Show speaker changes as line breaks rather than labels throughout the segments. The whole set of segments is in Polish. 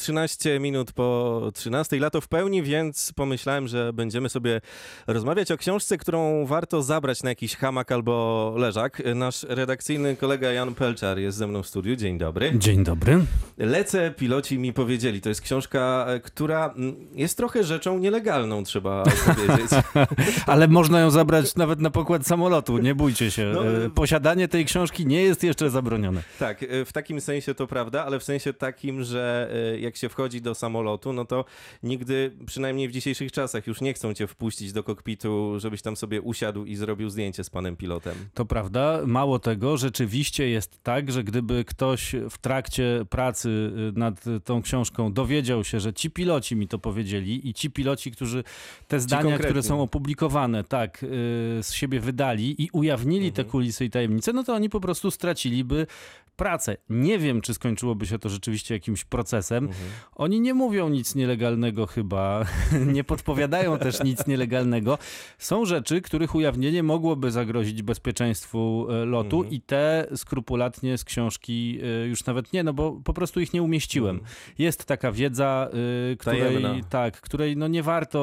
13 minut po 13. Lato w pełni, więc pomyślałem, że będziemy sobie rozmawiać o książce, którą warto zabrać na jakiś hamak albo leżak. Nasz redakcyjny kolega Jan Pelczar jest ze mną w studiu. Dzień dobry.
Dzień dobry.
Lecę, piloci mi powiedzieli. To jest książka, która jest trochę rzeczą nielegalną, trzeba powiedzieć.
Ale można ją zabrać nawet na pokład samolotu, nie bójcie się. Posiadanie tej książki nie jest jeszcze zabronione.
Tak, w takim sensie to prawda, ale w sensie takim, że jak się wchodzi do samolotu, no to nigdy, przynajmniej w dzisiejszych czasach, już nie chcą cię wpuścić do kokpitu, żebyś tam sobie usiadł i zrobił zdjęcie z panem pilotem.
To prawda. Mało tego, rzeczywiście jest tak, że gdyby ktoś w trakcie pracy nad tą książką dowiedział się, że ci piloci mi to powiedzieli i ci piloci, którzy te zdania, które są opublikowane, tak, z siebie wydali i ujawnili te kulisy i tajemnice, no to oni po prostu straciliby pracę. Nie wiem, czy skończyłoby się to rzeczywiście jakimś procesem. Oni nie mówią nic nielegalnego chyba, nie podpowiadają też nic nielegalnego. Są rzeczy, których ujawnienie mogłoby zagrozić bezpieczeństwu lotu i te skrupulatnie z książki już nawet nie, no bo po prostu ich nie umieściłem. Jest taka wiedza, której no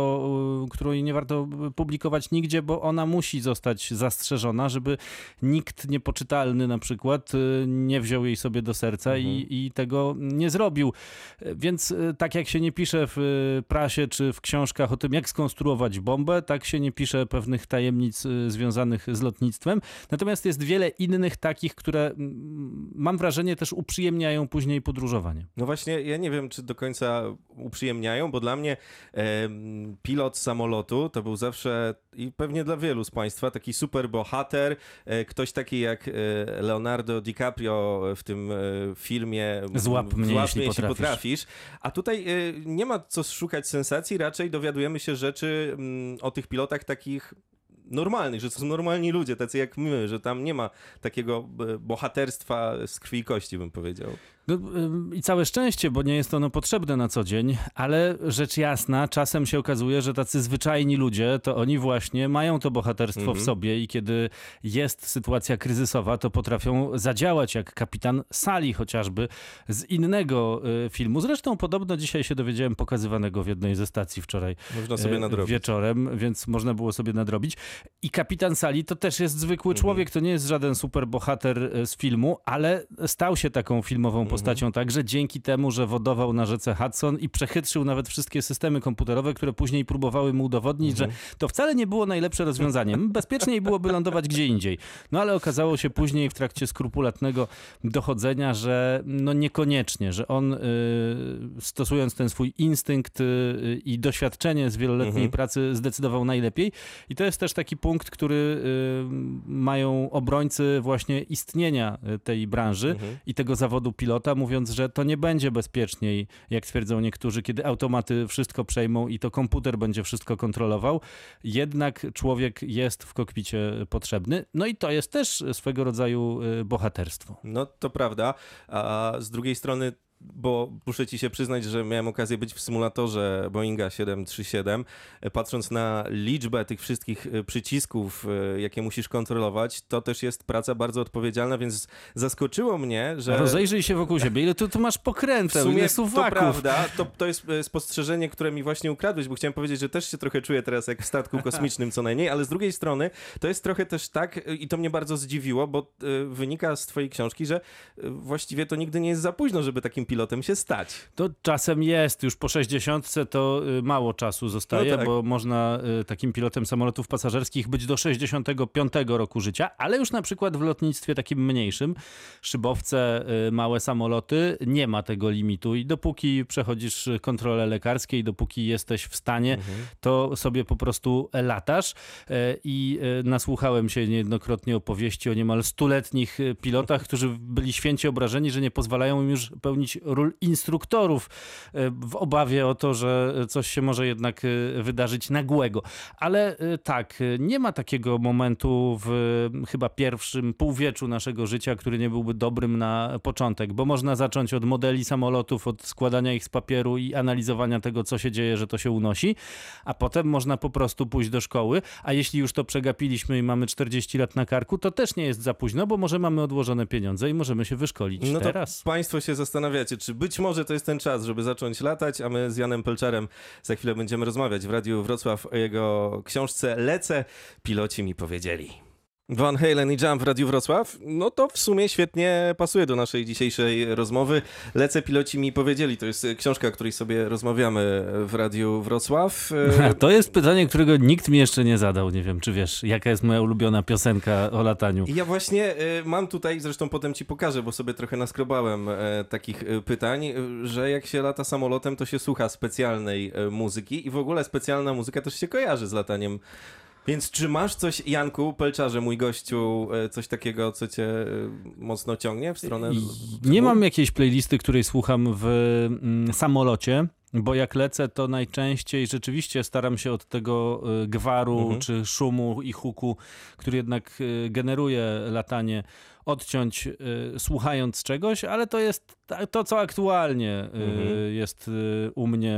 której nie warto publikować nigdzie, bo ona musi zostać zastrzeżona, żeby nikt niepoczytalny na przykład nie wziął jej sobie do serca i tego nie zrobił. Więc tak jak się nie pisze w prasie czy w książkach o tym, jak skonstruować bombę, tak się nie pisze pewnych tajemnic związanych z lotnictwem. Natomiast jest wiele innych takich, które mam wrażenie też uprzyjemniają później podróżowanie.
No właśnie, ja nie wiem, czy do końca uprzyjemniają, bo dla mnie pilot samolotu to był zawsze i pewnie dla wielu z państwa taki super bohater, ktoś taki jak Leonardo DiCaprio w tym filmie
Złap mnie, jeśli
potrafisz. A tutaj nie ma co szukać sensacji, raczej dowiadujemy się rzeczy o tych pilotach takich normalnych, że to są normalni ludzie, tacy jak my, że tam nie ma takiego bohaterstwa z krwi i kości, bym powiedział.
No, i całe szczęście, bo nie jest ono potrzebne na co dzień, ale rzecz jasna, czasem się okazuje, że tacy zwyczajni ludzie, to oni właśnie mają to bohaterstwo w sobie i kiedy jest sytuacja kryzysowa, to potrafią zadziałać, jak kapitan Sally chociażby z innego filmu. Zresztą podobno dzisiaj się dowiedziałem, pokazywanego w jednej ze stacji wczoraj.
Można sobie nadrobić.
Wieczorem, więc można było sobie nadrobić. I kapitan Sally to też jest zwykły człowiek, to nie jest żaden super bohater z filmu, ale stał się taką filmową postacią także dzięki temu, że wodował na rzece Hudson i przechytrzył nawet wszystkie systemy komputerowe, które później próbowały mu udowodnić, że to wcale nie było najlepsze rozwiązanie. Bezpieczniej byłoby lądować gdzie indziej. No ale okazało się później w trakcie skrupulatnego dochodzenia, że no niekoniecznie, że on stosując ten swój instynkt i doświadczenie z wieloletniej pracy zdecydował najlepiej. I to jest też taki punkt, który mają obrońcy właśnie istnienia tej branży i tego zawodu pilota, mówiąc, że to nie będzie bezpieczniej, jak twierdzą niektórzy, kiedy automaty wszystko przejmą i to komputer będzie wszystko kontrolował. Jednak człowiek jest w kokpicie potrzebny. No i to jest też swego rodzaju bohaterstwo.
No to prawda, a z drugiej strony, bo muszę ci się przyznać, że miałem okazję być w symulatorze Boeinga 737. Patrząc na liczbę tych wszystkich przycisków, jakie musisz kontrolować, to też jest praca bardzo odpowiedzialna, więc zaskoczyło mnie, że...
Rozejrzyj się wokół siebie. Ile tu masz pokręteł,
w sumie
ile suwaków.
To prawda, to jest spostrzeżenie, które mi właśnie ukradłeś, bo chciałem powiedzieć, że też się trochę czuję teraz jak w statku kosmicznym co najmniej, ale z drugiej strony to jest trochę też tak, i to mnie bardzo zdziwiło, bo wynika z twojej książki, że właściwie to nigdy nie jest za późno, żeby takim pilotem się stać.
To czasem jest. Już po 60 to mało czasu zostaje,
no tak,
bo można takim pilotem samolotów pasażerskich być do 65 roku życia, ale już na przykład w lotnictwie takim mniejszym, szybowce, małe samoloty, nie ma tego limitu i dopóki przechodzisz kontrole lekarskie i dopóki jesteś w stanie, to sobie po prostu latasz i nasłuchałem się niejednokrotnie opowieści o niemal 100-letnich pilotach, którzy byli święcie obrażeni, że nie pozwalają im już pełnić ról instruktorów w obawie o to, że coś się może jednak wydarzyć nagłego. Ale tak, nie ma takiego momentu w chyba pierwszym półwieczu naszego życia, który nie byłby dobrym na początek, bo można zacząć od modeli samolotów, od składania ich z papieru i analizowania tego, co się dzieje, że to się unosi, a potem można po prostu pójść do szkoły, a jeśli już to przegapiliśmy i mamy 40 lat na karku, to też nie jest za późno, bo może mamy odłożone pieniądze i możemy się wyszkolić
no
teraz.
To państwo się zastanawiacie, zastanawiacie, czy być może to jest ten czas, żeby zacząć latać, a my z Janem Pelczarem za chwilę będziemy rozmawiać w Radiu Wrocław o jego książce Lecę, piloci mi powiedzieli. Van Halen i Jump w Radiu Wrocław, no to w sumie świetnie pasuje do naszej dzisiejszej rozmowy. Lecę, piloci mi powiedzieli, to jest książka, o której sobie rozmawiamy w Radiu Wrocław.
To jest pytanie, którego nikt mi jeszcze nie zadał. Nie wiem, czy wiesz, jaka jest moja ulubiona piosenka o lataniu.
I ja właśnie mam tutaj, zresztą potem ci pokażę, bo sobie trochę naskrobałem takich pytań, że jak się lata samolotem, to się słucha specjalnej muzyki i w ogóle specjalna muzyka też się kojarzy z lataniem. Więc czy masz coś, Janku Pelczarze, mój gościu, coś takiego, co cię mocno ciągnie w stronę?
Nie mam jakiejś playlisty, której słucham w samolocie, bo jak lecę, to najczęściej rzeczywiście staram się od tego gwaru czy szumu i huku, który jednak generuje latanie, odciąć słuchając czegoś, ale to jest to, co aktualnie jest u mnie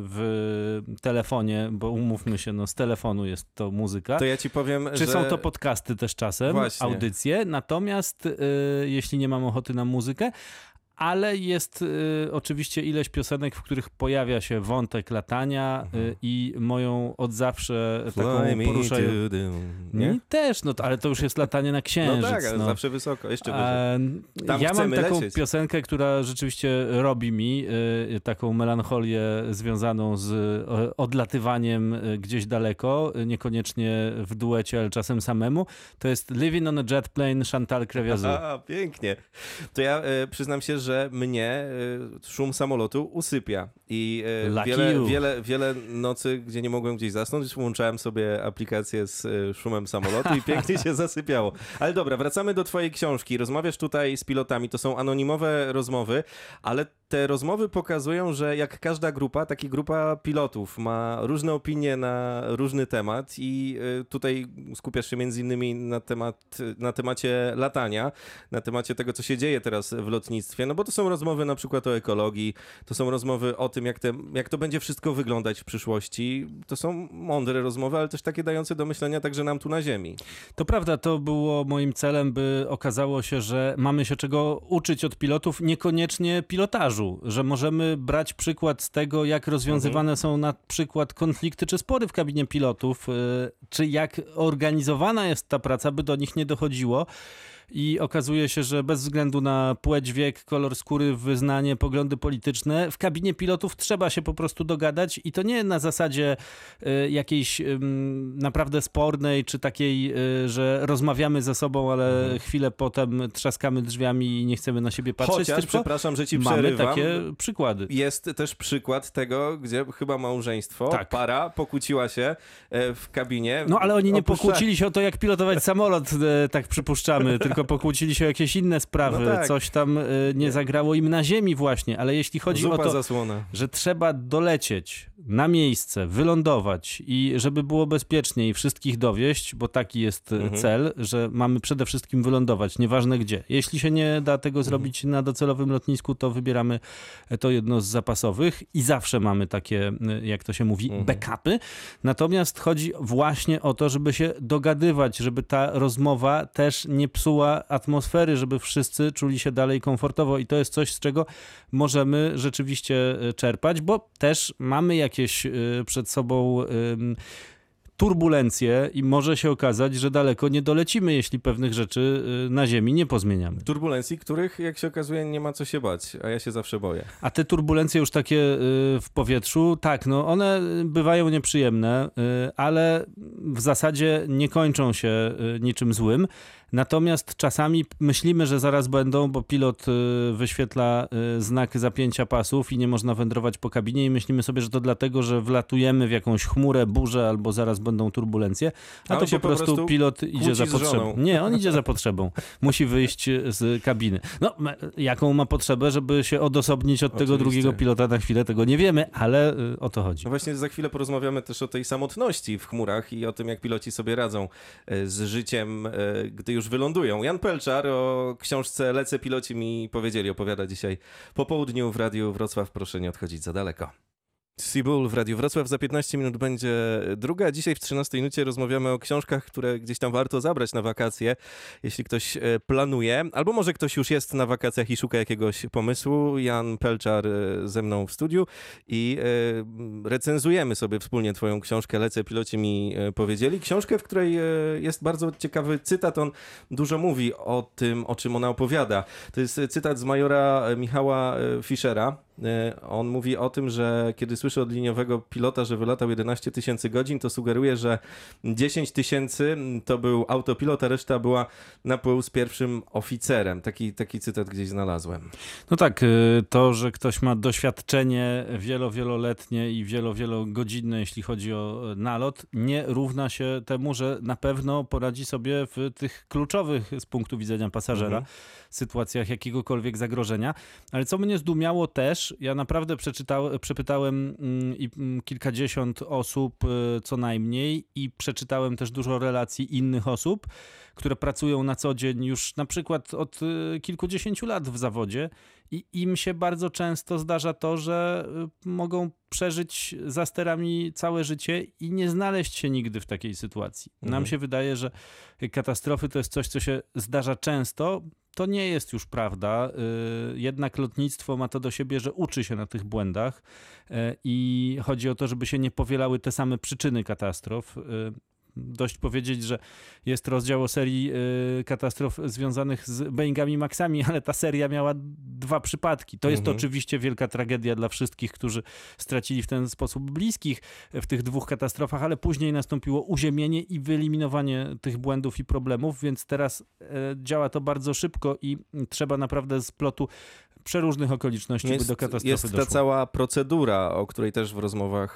w telefonie, bo umówmy się, no z telefonu jest to muzyka.
To ja ci powiem,
Czy
że...
są to podcasty też czasem,
Właśnie.
audycje, natomiast jeśli nie mam ochoty na muzykę, ale jest oczywiście ileś piosenek, w których pojawia się wątek latania i moją od zawsze taką poruszają...
Nie?
Też, no to, ale to już jest latanie na księżyc.
No tak, ale zawsze wysoko, jeszcze wyżej. Tam
Ja mam
chcemy
taką
lecieć.
piosenkę, która rzeczywiście robi mi taką melancholię związaną z odlatywaniem gdzieś daleko, niekoniecznie w duecie, ale czasem samemu. To jest Living on a Jet Plane Chantal Creviazou.
A, pięknie. To ja przyznam się, że mnie szum samolotu usypia i wiele nocy, gdzie nie mogłem gdzieś zasnąć, włączałem sobie aplikację z szumem samolotu i pięknie się zasypiało. Ale dobra, wracamy do twojej książki. Rozmawiasz tutaj z pilotami, to są anonimowe rozmowy, ale te rozmowy pokazują, że jak każda grupa, tak i grupa pilotów ma różne opinie na różny temat i tutaj skupiasz się między innymi na temacie latania, na temacie tego, co się dzieje teraz w lotnictwie, no bo to są rozmowy na przykład o ekologii, to są rozmowy o tym, jak to będzie wszystko wyglądać w przyszłości. To są mądre rozmowy, ale też takie dające do myślenia także nam tu na ziemi.
To prawda, to było moim celem, by okazało się, że mamy się czego uczyć od pilotów, niekoniecznie pilotażu, że możemy brać przykład z tego, jak rozwiązywane są na przykład konflikty czy spory w kabinie pilotów, czy jak organizowana jest ta praca, by do nich nie dochodziło. I okazuje się, że bez względu na płeć, wiek, kolor skóry, wyznanie, poglądy polityczne, w kabinie pilotów trzeba się po prostu dogadać i to nie na zasadzie jakiejś naprawdę spornej, czy takiej, że rozmawiamy ze sobą, ale chwilę potem trzaskamy drzwiami i nie chcemy na siebie patrzeć.
Chociaż,
tylko
przepraszam, że ci
mamy
przerywam.
takie przykłady.
Jest też przykład tego, gdzie chyba małżeństwo, para pokłóciła się w kabinie.
No ale oni nie pokłócili się o to, jak pilotować samolot, tak przypuszczamy, tylko pokłócili się o jakieś inne sprawy.
No tak.
Coś tam nie zagrało im na ziemi właśnie, ale jeśli chodzi o to,
zasłona.
że trzeba dolecieć na miejsce, wylądować i żeby było bezpiecznie i wszystkich dowieść, bo taki jest cel, że mamy przede wszystkim wylądować, nieważne gdzie. Jeśli się nie da tego zrobić na docelowym lotnisku, to wybieramy to jedno z zapasowych i zawsze mamy takie, jak to się mówi, backupy. Natomiast chodzi właśnie o to, żeby się dogadywać, żeby ta rozmowa też nie psuła atmosfery, żeby wszyscy czuli się dalej komfortowo i to jest coś, z czego możemy rzeczywiście czerpać, bo też mamy jakieś przed sobą turbulencje i może się okazać, że daleko nie dolecimy, jeśli pewnych rzeczy na ziemi nie pozmieniamy.
Turbulencji, których, jak się okazuje, nie ma co się bać, a ja się zawsze boję.
A te turbulencje już takie w powietrzu, tak, no one bywają nieprzyjemne, ale w zasadzie nie kończą się niczym złym. Natomiast czasami myślimy, że zaraz będą, bo pilot wyświetla znak zapięcia pasów i nie można wędrować po kabinie i myślimy sobie, że to dlatego, że wlatujemy w jakąś chmurę, burzę albo zaraz będą turbulencje, a to po prostu pilot idzie za potrzebą. Nie, on idzie za potrzebą. Musi wyjść z kabiny. No, jaką ma potrzebę, żeby się odosobnić od tego drugiego pilota na chwilę, tego nie wiemy, ale o to chodzi.
No właśnie za chwilę porozmawiamy też o tej samotności w chmurach i o tym, jak piloci sobie radzą z życiem, gdy już wylądują. Jan Pelczar o książce Lecę, piloci mi powiedzieli, opowiada dzisiaj po południu w Radiu Wrocław. Proszę nie odchodzić za daleko. Seabull w Radiu Wrocław. Za 15 minut będzie druga. Dzisiaj w 13 minucie rozmawiamy o książkach, które gdzieś tam warto zabrać na wakacje, jeśli ktoś planuje. Albo może ktoś już jest na wakacjach i szuka jakiegoś pomysłu. Jan Pelczar ze mną w studiu i recenzujemy sobie wspólnie twoją książkę Lecę, piloci mi powiedzieli. Książkę, w której jest bardzo ciekawy cytat. On dużo mówi o tym, o czym ona opowiada. To jest cytat z majora Michała Fischera. On mówi o tym, że kiedy słyszy od liniowego pilota, że wylatał 11 000 godzin, to sugeruje, że 10 000 to był autopilot, a reszta była na pył z pierwszym oficerem. Taki cytat gdzieś znalazłem.
No tak, to, że ktoś ma doświadczenie wieloletnie i wielogodzinne, jeśli chodzi o nalot, nie równa się temu, że na pewno poradzi sobie w tych kluczowych z punktu widzenia pasażera sytuacjach jakiegokolwiek zagrożenia. Ale co mnie zdumiało też, ja naprawdę przepytałem kilkadziesiąt osób co najmniej i przeczytałem też dużo relacji innych osób, które pracują na co dzień już na przykład od kilkudziesięciu lat w zawodzie i im się bardzo często zdarza to, że mogą przeżyć za sterami całe życie i nie znaleźć się nigdy w takiej sytuacji. Nam się wydaje, że katastrofy to jest coś, co się zdarza często. To nie jest już prawda. Jednak lotnictwo ma to do siebie, że uczy się na tych błędach i chodzi o to, żeby się nie powielały te same przyczyny katastrof. Dość powiedzieć, że jest rozdział o serii katastrof związanych z Boeingami Maxami, ale ta seria miała 2 przypadki. To jest oczywiście wielka tragedia dla wszystkich, którzy stracili w ten sposób bliskich w tych 2 katastrofach, ale później nastąpiło uziemienie i wyeliminowanie tych błędów i problemów, więc teraz działa to bardzo szybko i trzeba naprawdę z plotu przeróżnych okoliczności, by do katastrofy
jest
doszło.
ta cała procedura, o której też w rozmowach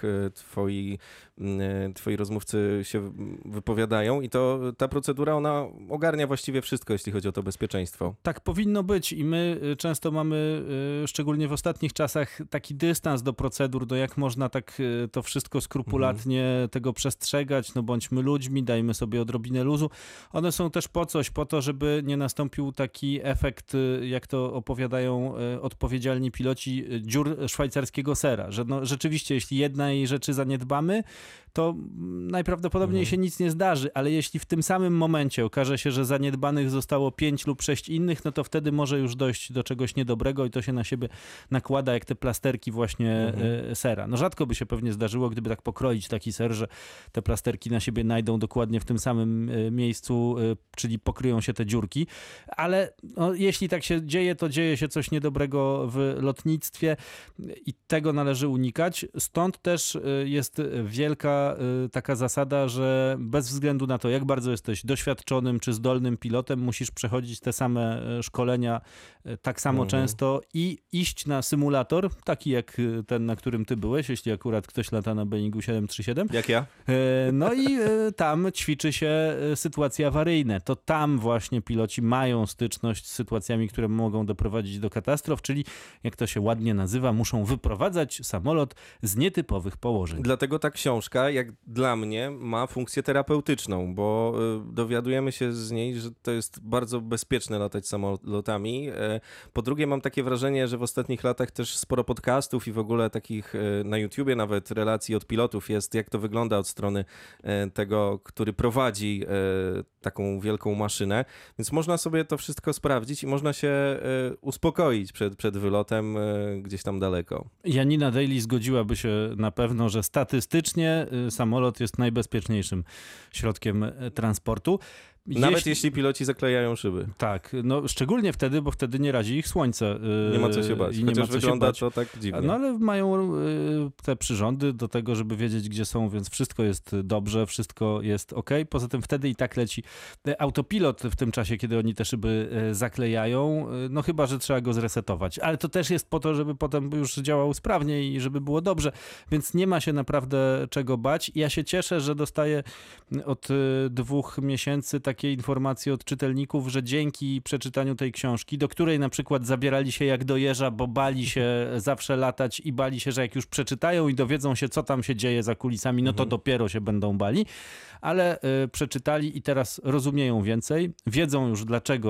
twoi rozmówcy się wypowiadają i ta procedura, ona ogarnia właściwie wszystko, jeśli chodzi o to bezpieczeństwo.
Tak powinno być i my często mamy, szczególnie w ostatnich czasach, taki dystans do procedur, do jak można tak to wszystko skrupulatnie tego przestrzegać, no bądźmy ludźmi, dajmy sobie odrobinę luzu. One są też po coś, po to, żeby nie nastąpił taki efekt, jak to opowiadają odpowiedzialni piloci, dziur szwajcarskiego sera, że no, rzeczywiście, jeśli jednej rzeczy zaniedbamy, to najprawdopodobniej się nic nie zdarzy, ale jeśli w tym samym momencie okaże się, że zaniedbanych zostało 5 lub 6 innych, no to wtedy może już dojść do czegoś niedobrego i to się na siebie nakłada jak te plasterki właśnie sera. No rzadko by się pewnie zdarzyło, gdyby tak pokroić taki ser, że te plasterki na siebie najdą dokładnie w tym samym miejscu, czyli pokryją się te dziurki, ale no, jeśli tak się dzieje, to dzieje się coś niedobrego w lotnictwie i tego należy unikać. Stąd też jest wielka taka zasada, że bez względu na to, jak bardzo jesteś doświadczonym czy zdolnym pilotem, musisz przechodzić te same szkolenia tak samo często i iść na symulator, taki jak ten, na którym ty byłeś, jeśli akurat ktoś lata na Boeingu 737.
Jak ja?
No i tam ćwiczy się sytuacje awaryjne. To tam właśnie piloci mają styczność z sytuacjami, które mogą doprowadzić do katastrof, czyli jak to się ładnie nazywa, muszą wyprowadzać samolot z nietypowych położeń.
Dlatego ta książka, jak dla mnie, ma funkcję terapeutyczną, bo dowiadujemy się z niej, że to jest bardzo bezpieczne latać samolotami. Po drugie, mam takie wrażenie, że w ostatnich latach też sporo podcastów i w ogóle takich na YouTubie nawet relacji od pilotów jest, jak to wygląda od strony tego, który prowadzi taką wielką maszynę. Więc można sobie to wszystko sprawdzić i można się uspokoić przed wylotem gdzieś tam daleko.
Janina Daly zgodziłaby się na pewno, że statystycznie samolot jest najbezpieczniejszym środkiem transportu.
Nawet jeśli piloci zaklejają szyby.
Tak, no szczególnie wtedy, bo wtedy nie razi ich słońce.
Nie ma co się bać, chociaż wygląda to tak dziwnie.
No ale mają te przyrządy do tego, żeby wiedzieć, gdzie są, więc wszystko jest dobrze, wszystko jest okej. Poza tym wtedy i tak leci autopilot w tym czasie, kiedy oni te szyby zaklejają, no chyba, że trzeba go zresetować. Ale to też jest po to, żeby potem już działał sprawnie i żeby było dobrze, więc nie ma się naprawdę czego bać. Ja się cieszę, że dostaję od 2 miesięcy takie informacje od czytelników, że dzięki przeczytaniu tej książki, do której na przykład zabierali się jak do jeża, bo bali się zawsze latać i bali się, że jak już przeczytają i dowiedzą się, co tam się dzieje za kulisami, no to dopiero się będą bali, ale przeczytali i teraz rozumieją więcej, wiedzą już, dlaczego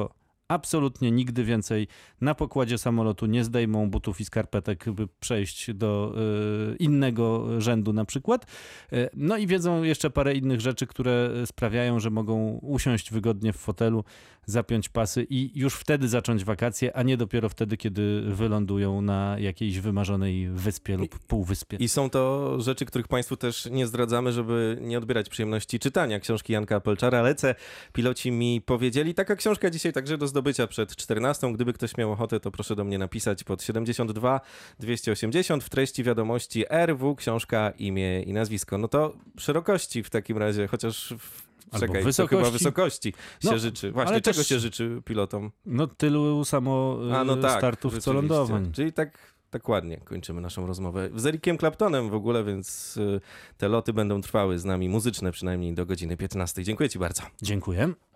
absolutnie nigdy więcej na pokładzie samolotu nie zdejmą butów i skarpetek, by przejść do innego rzędu na przykład. No i wiedzą jeszcze parę innych rzeczy, które sprawiają, że mogą usiąść wygodnie w fotelu, zapiąć pasy i już wtedy zacząć wakacje, a nie dopiero wtedy, kiedy wylądują na jakiejś wymarzonej wyspie lub półwyspie.
I są to rzeczy, których Państwu też nie zdradzamy, żeby nie odbierać przyjemności czytania książki Janka Pelczara. Lecę, piloci mi powiedzieli. Taka książka dzisiaj także do zdobycia przed 14. Gdyby ktoś miał ochotę, to proszę do mnie napisać pod 72 280 w treści wiadomości RW, książka, imię i nazwisko. No to szerokości w takim razie, chociaż... Czekaj, to
wysokości.
chyba wysokości się życzy. Właśnie,
ale
czego
też-
się życzy pilotom?
No tylu samo startów, co
rzeczywiście.
lądowań.
Czyli tak ładnie kończymy naszą rozmowę z Ericiem Claptonem w ogóle, więc te loty będą trwały z nami, muzyczne przynajmniej do godziny 15. Dziękuję Ci bardzo.
Dziękuję.